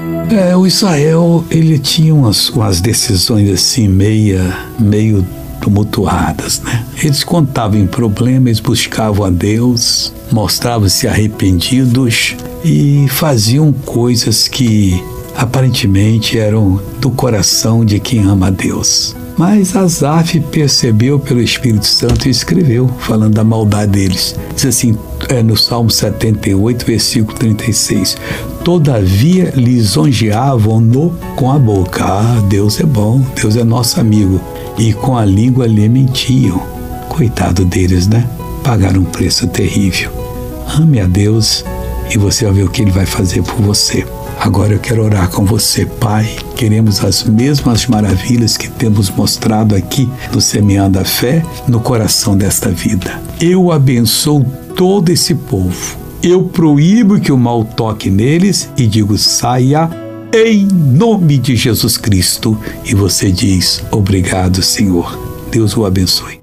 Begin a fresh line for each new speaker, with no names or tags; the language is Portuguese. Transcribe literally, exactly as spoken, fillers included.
É, o Israel, ele tinha umas, umas decisões assim, meia, meio tumultuadas, né? Eles contavam em problemas, buscavam a Deus, mostravam-se arrependidos e faziam coisas que aparentemente eram do coração de quem ama a Deus. Mas Asaf percebeu pelo Espírito Santo e escreveu, falando da maldade deles. Diz assim, é, no Salmo setenta e oito, versículo trinta e seis, todavia lisonjeavam-no com a boca. Ah, Deus é bom, Deus é nosso amigo. E com a língua lhe mentiam. Coitado deles, né? Pagaram um preço terrível. Ame a Deus e você vai ver o que Ele vai fazer por você. Agora eu quero orar com você, Pai. Queremos as mesmas maravilhas que temos mostrado aqui no Semeando a Fé no coração desta vida. Eu abençoo todo esse povo. Eu proíbo que o mal toque neles e digo, saia em nome de Jesus Cristo. E você diz, obrigado, Senhor. Deus o abençoe.